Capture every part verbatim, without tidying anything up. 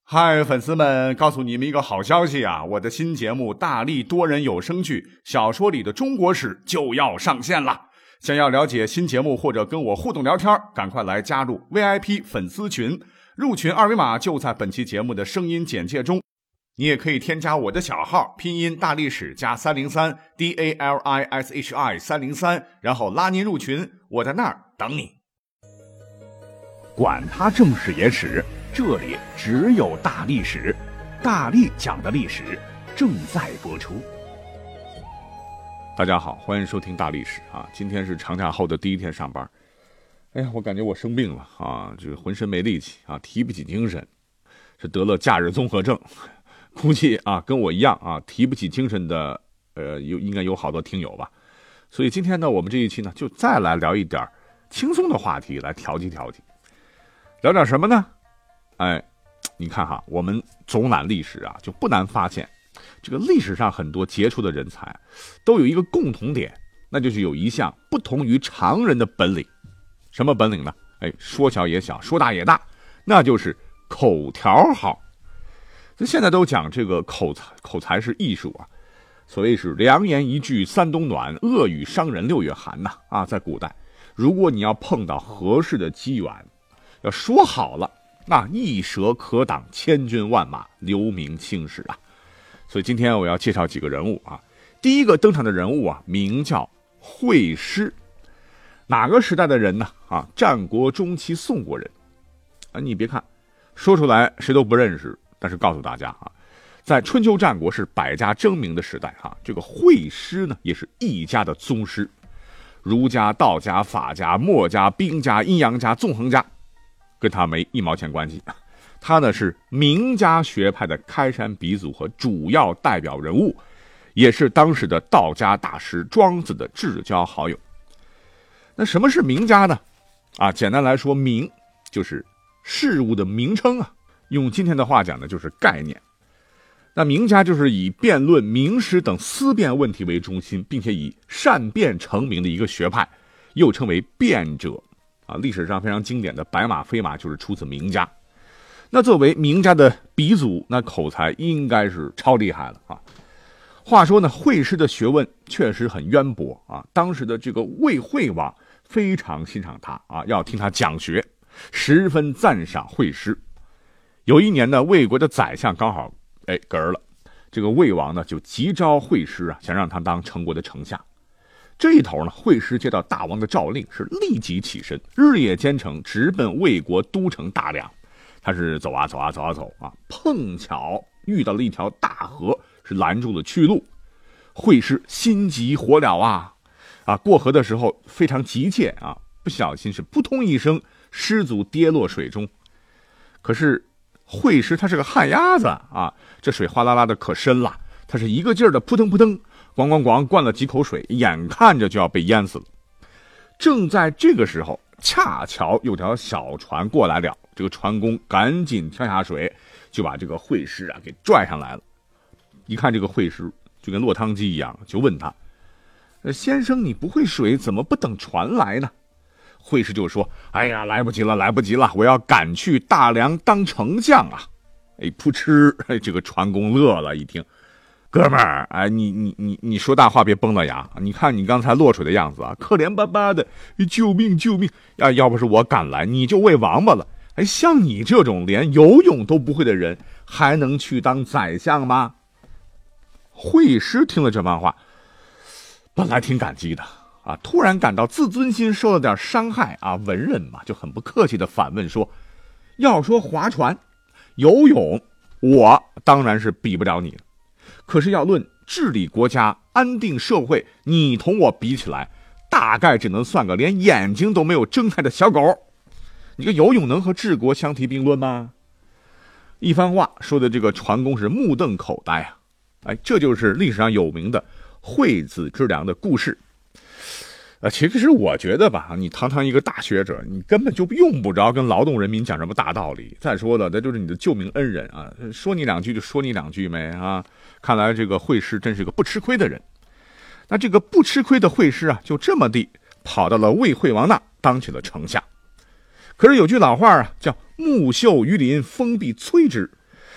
嗨，粉丝们，告诉你们一个好消息啊！我的新节目《大力多人有声剧小说里的中国史》就要上线了。想要了解新节目或者跟我互动聊天，赶快来加入 V I P 粉丝群，入群二维码就在本期节目的声音简介中。你也可以添加我的小号，拼音大历史加三零三 D A L I S H I 三零三，然后拉您入群，我在那儿等你。 管他正史野史，这里只有大历史，大力讲的历史正在播出。 大家好，欢迎收听大历史啊！今天是长假后的第一天上班。哎呀，我感觉我生病了啊，这个浑身没力气啊，提不起精神，是得了假日综合症。估计啊，跟我一样啊，提不起精神的，呃，有应该有好多听友吧。所以今天呢，我们这一期呢，就再来聊一点轻松的话题，来调剂调剂。聊点什么呢？哎，你看哈，我们总览历史啊，就不难发现，这个历史上很多杰出的人才都有一个共同点，那就是有一项不同于常人的本领。什么本领呢？哎，说小也小，说大也大，那就是口条好。这现在都讲这个口才，口才是艺术啊。所谓是良言一句三冬暖，恶语伤人六月寒呐。啊，在古代，如果你要碰到合适的机缘，要说好了，那一舌可挡千军万马，留名青史啊。所以今天我要介绍几个人物啊。第一个登场的人物啊，名叫惠施。哪个时代的人呢？啊，战国中期宋国人啊。你别看说出来谁都不认识，但是告诉大家啊，在春秋战国是百家争鸣的时代啊，这个惠施呢也是一家的宗师，儒家、道家、法家、墨家、兵家、阴阳家、纵横家，跟他没一毛钱关系。他呢是名家学派的开山鼻祖和主要代表人物，也是当时的道家大师庄子的至交好友。那什么是名家呢？啊，简单来说，名就是事物的名称啊，用今天的话讲呢，就是概念。那名家就是以辩论名实等思辨问题为中心，并且以善辩成名的一个学派，又称为辩者啊。历史上非常经典的白马非马就是出自名家。那作为名家的鼻祖，那口才应该是超厉害了啊。话说呢，惠施的学问确实很渊博啊。当时的这个魏惠王非常欣赏他啊，要听他讲学，十分赞赏惠施。有一年呢，魏国的宰相刚好哎嗝儿了，这个魏王呢就急召惠施啊，想让他当陈国的丞相。这一头呢，惠施接到大王的诏令，是立即起身，日夜兼程，直奔魏国都城大梁。他是走啊走啊走啊走啊，碰巧遇到了一条大河，是拦住了去路。惠施心急火燎啊啊！过河的时候非常急切啊，不小心是扑通一声，失足跌落水中。可是惠施他是个旱鸭子啊，这水哗啦啦的可深了，他是一个劲儿的扑腾扑腾，咣咣咣灌了几口水，眼看着就要被淹死了。正在这个时候，恰巧有条小船过来了，这个船工赶紧跳下水，就把这个惠施啊给拽上来了。一看这个惠施就跟落汤鸡一样，就问他：先生，你不会水，怎么不等船来呢？惠施就说：哎呀，来不及了，来不及了，我要赶去大梁当丞相啊！哎，扑哧，这个船工乐了，一听，哥们儿，哎，你你你你说大话别崩了牙！你看你刚才落水的样子啊，可怜巴巴的，救命救命！呀，要不是我赶来，你就喂王八了。哎，像你这种连游泳都不会的人，还能去当宰相吗？惠施听了这番话，本来挺感激的啊，突然感到自尊心受了点伤害啊，文人嘛，就很不客气的反问说：要说划船、游泳，我当然是比不了你了。可是要论治理国家、安定社会，你同我比起来，大概只能算个连眼睛都没有睁开的小狗。你个游泳能和治国相提并论吗？一番话说的这个船工是目瞪口呆啊！哎，这就是历史上有名的惠子之良的故事。呃，其实我觉得吧，你堂堂一个大学者，你根本就用不着跟劳动人民讲什么大道理。再说了，这就是你的救命恩人啊，说你两句就说你两句没啊？看来这个惠施真是个不吃亏的人。那这个不吃亏的惠施啊，就这么地跑到了魏惠王那当起了丞相。可是有句老话啊，叫木秀于林，风必摧之。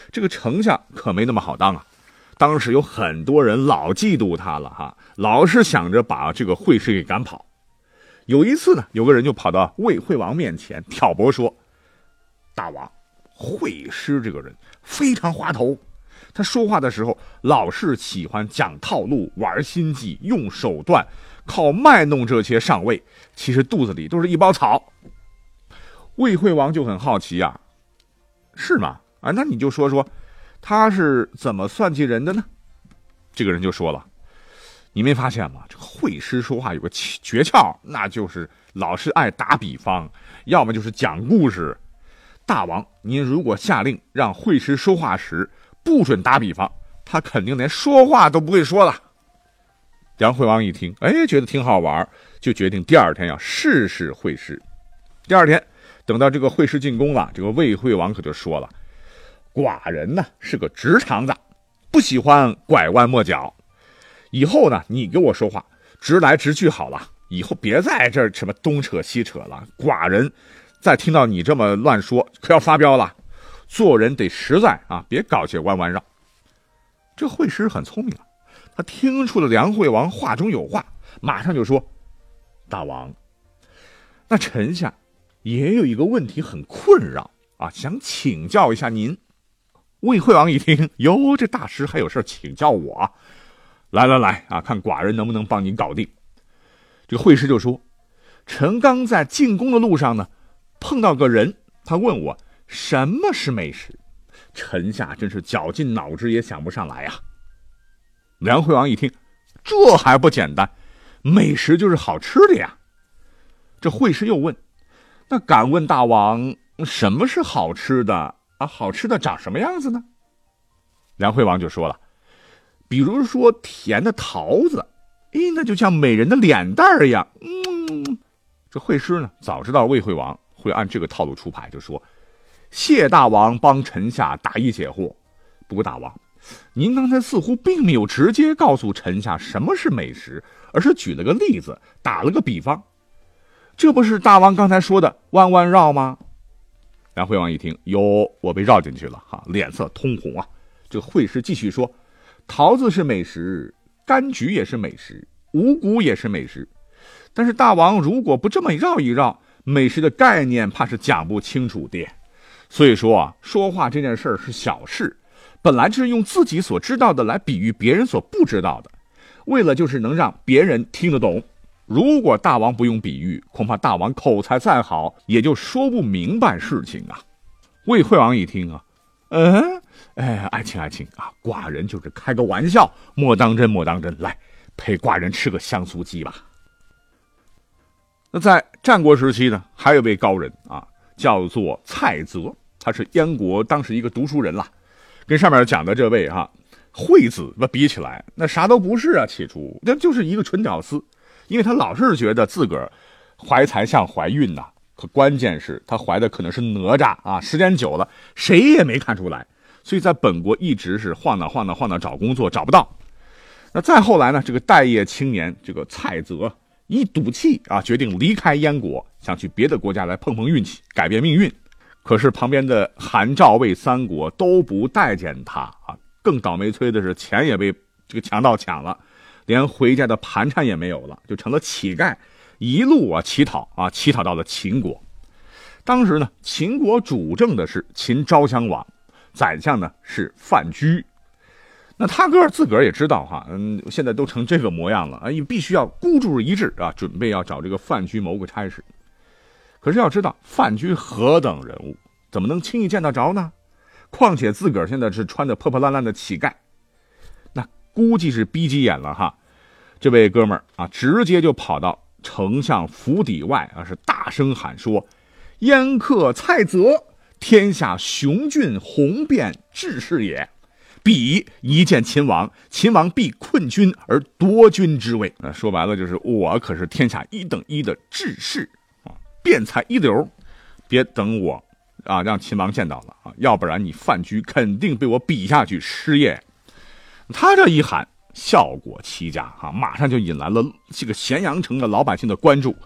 这个丞相可没那么好当啊。当时有很多人老嫉妒他了哈，老是想着把这个惠施给赶跑。有一次呢，有个人就跑到魏惠王面前挑拨说，大王，惠施这个人非常滑头，他说话的时候老是喜欢讲套路、玩心计、用手段，靠卖弄这些上位，其实肚子里都是一包草。魏惠王就很好奇啊，是吗？啊，那你就说说他是怎么算计人的呢？这个人就说了，你没发现吗？这个惠施说话有个诀窍，那就是老是爱打比方，要么就是讲故事。大王，您如果下令让惠施说话时不准打比方，他肯定连说话都不会说了。梁惠王一听，哎，觉得挺好玩，就决定第二天要试试惠施。第二天，等到这个惠施进宫了，这个魏惠王可就说了，寡人呢是个直肠子，不喜欢拐弯抹角。以后呢，你给我说话直来直去好了，以后别在这儿什么东扯西扯了。寡人再听到你这么乱说，可要发飙了。做人得实在啊，别搞些弯弯绕。这惠施很聪明啊，他听出了梁惠王话中有话，马上就说，大王，那臣下也有一个问题很困扰啊，想请教一下您。魏惠王一听，哟，这大师还有事请教我啊，来来来啊，看寡人能不能帮你搞定。这个惠施就说，臣刚在进宫的路上呢，碰到个人，他问我什么是美食，臣下真是绞尽脑汁也想不上来呀。梁惠王一听，这还不简单，美食就是好吃的呀。这惠施又问，那敢问大王，什么是好吃的啊？好吃的长什么样子呢？梁惠王就说了，比如说甜的桃子，哎，那就像美人的脸蛋一样。嗯，这惠施呢，早知道魏惠王会按这个套路出牌，就说，谢大王帮臣下答疑解惑。不过大王，您刚才似乎并没有直接告诉臣下什么是美食，而是举了个例子，打了个比方。这不是大王刚才说的弯弯绕吗？梁惠王一听，哟，我被绕进去了哈，脸色通红啊。这个惠施继续说，桃子是美食，柑橘也是美食，五谷也是美食。但是大王如果不这么绕一绕，美食的概念怕是讲不清楚的。所以说啊，说话这件事儿是小事，本来就是用自己所知道的来比喻别人所不知道的，为了就是能让别人听得懂。如果大王不用比喻，恐怕大王口才再好，也就说不明白事情啊。魏惠王一听啊，嗯，哎，爱卿爱卿啊，寡人就是开个玩笑，莫当真莫当真，来陪寡人吃个香酥鸡吧。那在战国时期呢，还有位高人啊，叫做蔡泽，他是燕国当时一个读书人啦，跟上面讲的这位哈惠子那比起来，那啥都不是啊，起初那就是一个纯屌丝。因为他老是觉得自个儿怀才像怀孕呐、啊，可关键是他怀的可能是哪吒啊，时间久了谁也没看出来，所以在本国一直是晃荡晃荡晃荡找工作找不到。那再后来呢，这个待业青年这个蔡泽一赌气啊，决定离开燕国，想去别的国家来碰碰运气，改变命运。可是旁边的韩赵魏三国都不待见他啊，更倒霉催的是钱也被这个强盗抢了。连回家的盘缠也没有了，就成了乞丐，一路啊乞讨啊，乞讨到了秦国。当时呢，秦国主政的是秦昭襄王，宰相呢是范雎。那他个自个儿也知道哈，嗯，现在都成这个模样了啊，必须要孤注一掷啊，准备要找这个范雎谋个差事。可是要知道，范雎何等人物，怎么能轻易见得着呢？况且自个儿现在是穿着破破烂烂的乞丐。估计是逼急眼了哈，这位哥们儿啊，直接就跑到丞相府邸外啊，是大声喊说：“燕客蔡泽，天下雄俊宏辩志士也。彼一见秦王，秦王必困军而夺军之位。”啊，说白了就是我可是天下一等一的志士啊，辩才一流，别等我啊，让秦王见到了啊，要不然你范雎肯定被我比下去失业。他这一喊，效果奇佳啊，马上就引来了这个咸阳城的老百姓的关注。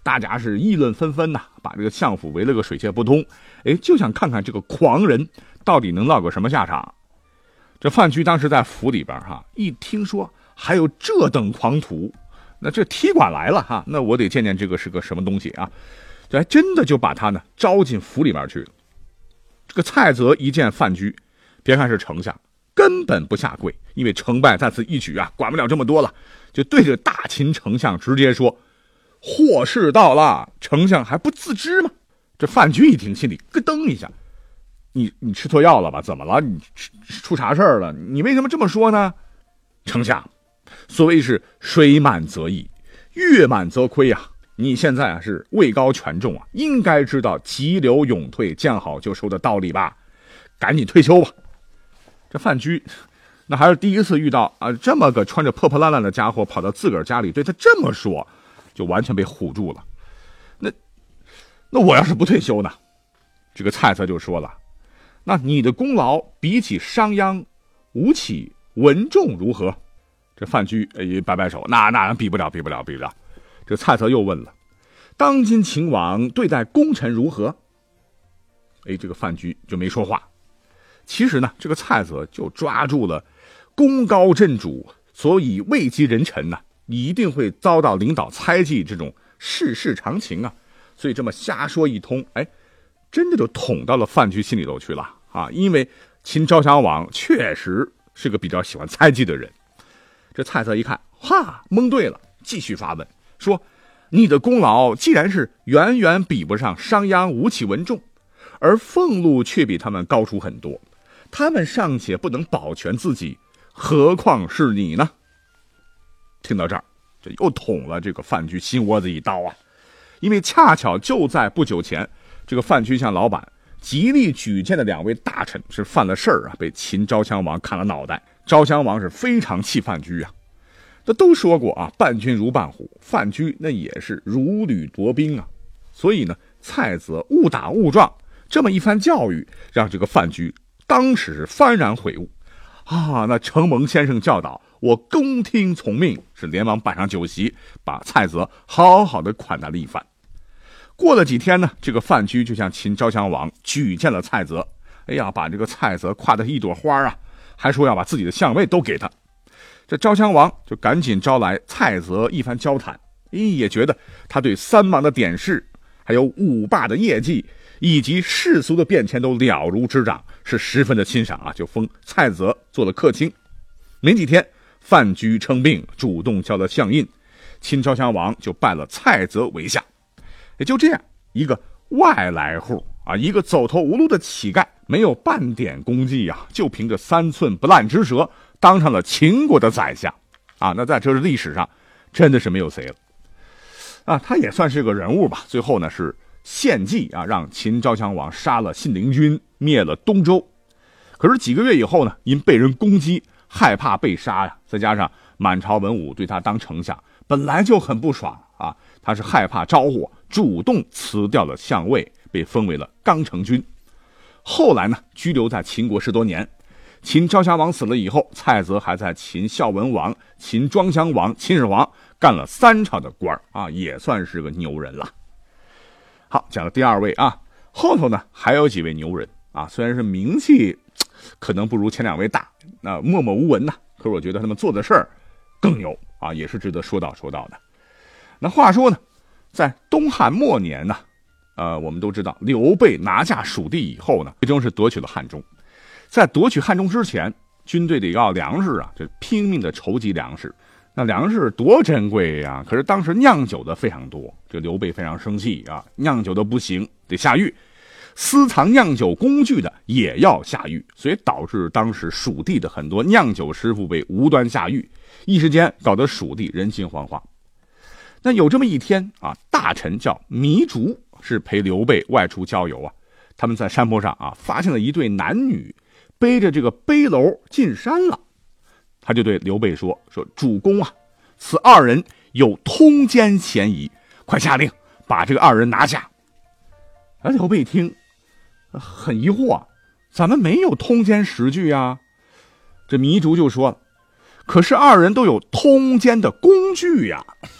大家是议论纷纷呐、啊，把这个相府围了个水泄不通。哎，就想看看这个狂人到底能落个什么下场。这范雎当时在府里边哈、啊，一听说还有这等狂徒，那这踢馆来了哈、啊，那我得见见这个是个什么东西啊！这还真的就把他呢招进府里面去了。这个蔡泽一见范雎，别看是丞相，根本不下跪，因为成败在此一举啊，管不了这么多了，就对着大秦丞相直接说：“祸事到了，丞相还不自知吗？”这范雎一听，心里咯噔一下，你你吃错药了吧？怎么了？你出啥事儿了？你为什么这么说呢？丞相，所谓是水满则溢，月满则亏啊！你现在啊是位高权重啊，应该知道急流勇退，见好就收的道理吧？赶紧退休吧！这范雎那还是第一次遇到啊这么个穿着破破烂烂的家伙跑到自个儿家里对他这么说，就完全被唬住了。那那我要是不退休呢？这个蔡泽就说了，那你的功劳比起商鞅、吴起、文仲如何？这范雎哎摆摆手，那那比不了，比不了，比不了。这蔡泽又问了，当今秦王对待功臣如何？哎，这个范雎就没说话。其实呢，这个蔡泽就抓住了功高震主，所以位极人臣呢、啊，一定会遭到领导猜忌这种世事常情啊，所以这么瞎说一通，哎，真的就捅到了范雎心里头去了啊！因为秦昭襄王确实是个比较喜欢猜忌的人。这蔡泽一看，哈，蒙对了，继续发问说：“你的功劳既然是远远比不上商鞅、吴起、文仲，而俸禄却比他们高出很多，他们尚且不能保全自己，何况是你呢？”听到这儿，这又捅了这个范雎心窝子一刀啊！因为恰巧就在不久前，这个范雎向老板极力举荐的两位大臣是犯了事儿啊，被秦昭襄王砍了脑袋。昭襄王是非常气范雎啊。这都说过啊，伴君如伴虎，范雎那也是如履薄冰啊。所以呢，蔡泽误打误撞这么一番教育，让这个范雎当时是幡然悔悟啊。那承蒙先生教导，我恭听从命，是连忙摆上酒席，把蔡泽好好的款待了一番。过了几天呢，这个范雎就向秦昭襄王举荐了蔡泽，哎呀，把这个蔡泽夸得一朵花啊，还说要把自己的相位都给他。这昭襄王就赶紧招来蔡泽一番交谈，也觉得他对三王的典事，还有五霸的业绩，以及世俗的变迁都了如指掌，是十分的欣赏啊，就封蔡泽做了客卿。没几天，范雎称病，主动交了相印，秦昭襄王就拜了蔡泽为相。也就这样，一个外来户啊，一个走投无路的乞丐，没有半点功绩啊，就凭着三寸不烂之舌当上了秦国的宰相啊！那在这历史上真的是没有谁了啊！他也算是个人物吧。最后呢是献计啊，让秦昭襄王杀了信陵君，灭了东周。可是几个月以后呢，因被人攻击，害怕被杀呀，再加上满朝文武对他当丞相本来就很不爽啊，他是害怕招祸，主动辞掉了相位，被封为了刚成君。后来呢，居留在秦国十多年。秦昭襄王死了以后，蔡泽还在秦孝文王、秦庄襄王、秦始皇干了三朝的官啊，也算是个牛人了。好，讲了第二位啊，后头呢还有几位牛人啊，虽然是名气可能不如前两位大，那默默无闻呐，可是我觉得他们做的事儿更牛啊，也是值得说道说道的。那话说呢，在东汉末年呢，呃，我们都知道刘备拿下蜀地以后呢，最终是夺取了汉中。在夺取汉中之前，军队里要粮食啊，就拼命的筹集粮食。那粮食多珍贵呀！可是当时酿酒的非常多，这刘备非常生气啊，酿酒的不行，得下狱。私藏酿酒工具的也要下狱，所以导致当时蜀地的很多酿酒师傅被无端下狱，一时间搞得蜀地人心惶惶。那有这么一天啊，大臣叫糜竺，是陪刘备外出郊游啊。他们在山坡上啊，发现了一对男女背着这个背篓进山了。他就对刘备说：“说主公啊，此二人有通奸嫌疑，快下令把这个二人拿下。”而刘备一听，很疑惑，咱们没有通奸实据啊。这糜竺就说了：“可是二人都有通奸的工具呀。”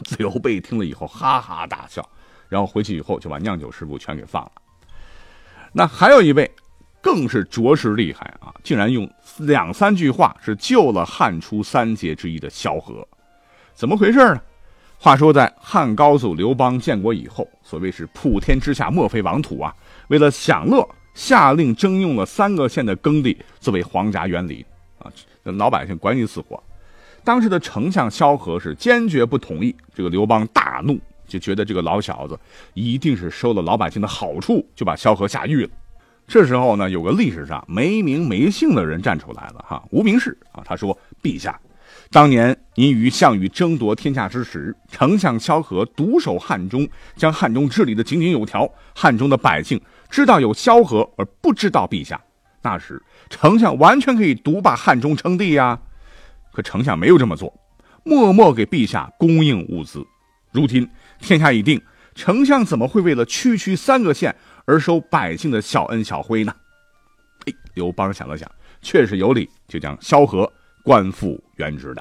刘备听了以后哈哈大笑，然后回去以后就把酿酒师傅全给放了。那还有一位更是着实厉害啊，竟然用两三句话是救了汉初三杰之一的萧何。怎么回事呢？话说在汉高祖刘邦建国以后，所谓是普天之下莫非王土啊，为了享乐，下令征用了三个县的耕地作为皇家园林啊，老百姓管你死活。当时的丞相萧何是坚决不同意，这个刘邦大怒，就觉得这个老小子一定是收了老百姓的好处，就把萧何下狱了。这时候呢，有个历史上没名没姓的人站出来了哈，无名氏啊，他说：“陛下，当年您与项羽争夺天下之时，丞相萧何独守汉中，将汉中治理的井井有条，汉中的百姓知道有萧何而不知道陛下。那时丞相完全可以独霸汉中称帝呀，可丞相没有这么做，默默给陛下供应物资。如今天下已定，丞相怎么会为了区区三个县而收百姓的小恩小惠呢？”哎，刘邦想了想，确实有理，就将萧何官复原职的。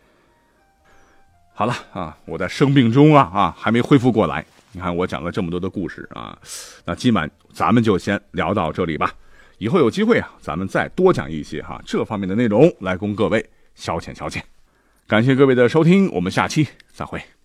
好了啊，我在生病中啊啊还没恢复过来。你看我讲了这么多的故事啊，那今晚咱们就先聊到这里吧。以后有机会啊，咱们再多讲一些哈这方面的内容来供各位消遣消遣。感谢各位的收听，我们下期再会。